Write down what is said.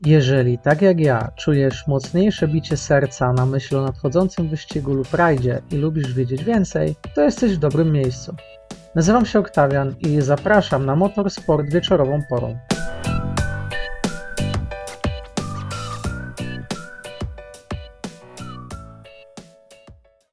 Jeżeli, tak jak ja, czujesz mocniejsze bicie serca na myśl o nadchodzącym wyścigu lub rajdzie i lubisz wiedzieć więcej, to jesteś w dobrym miejscu. Nazywam się Oktawian i zapraszam na Motorsport wieczorową porą.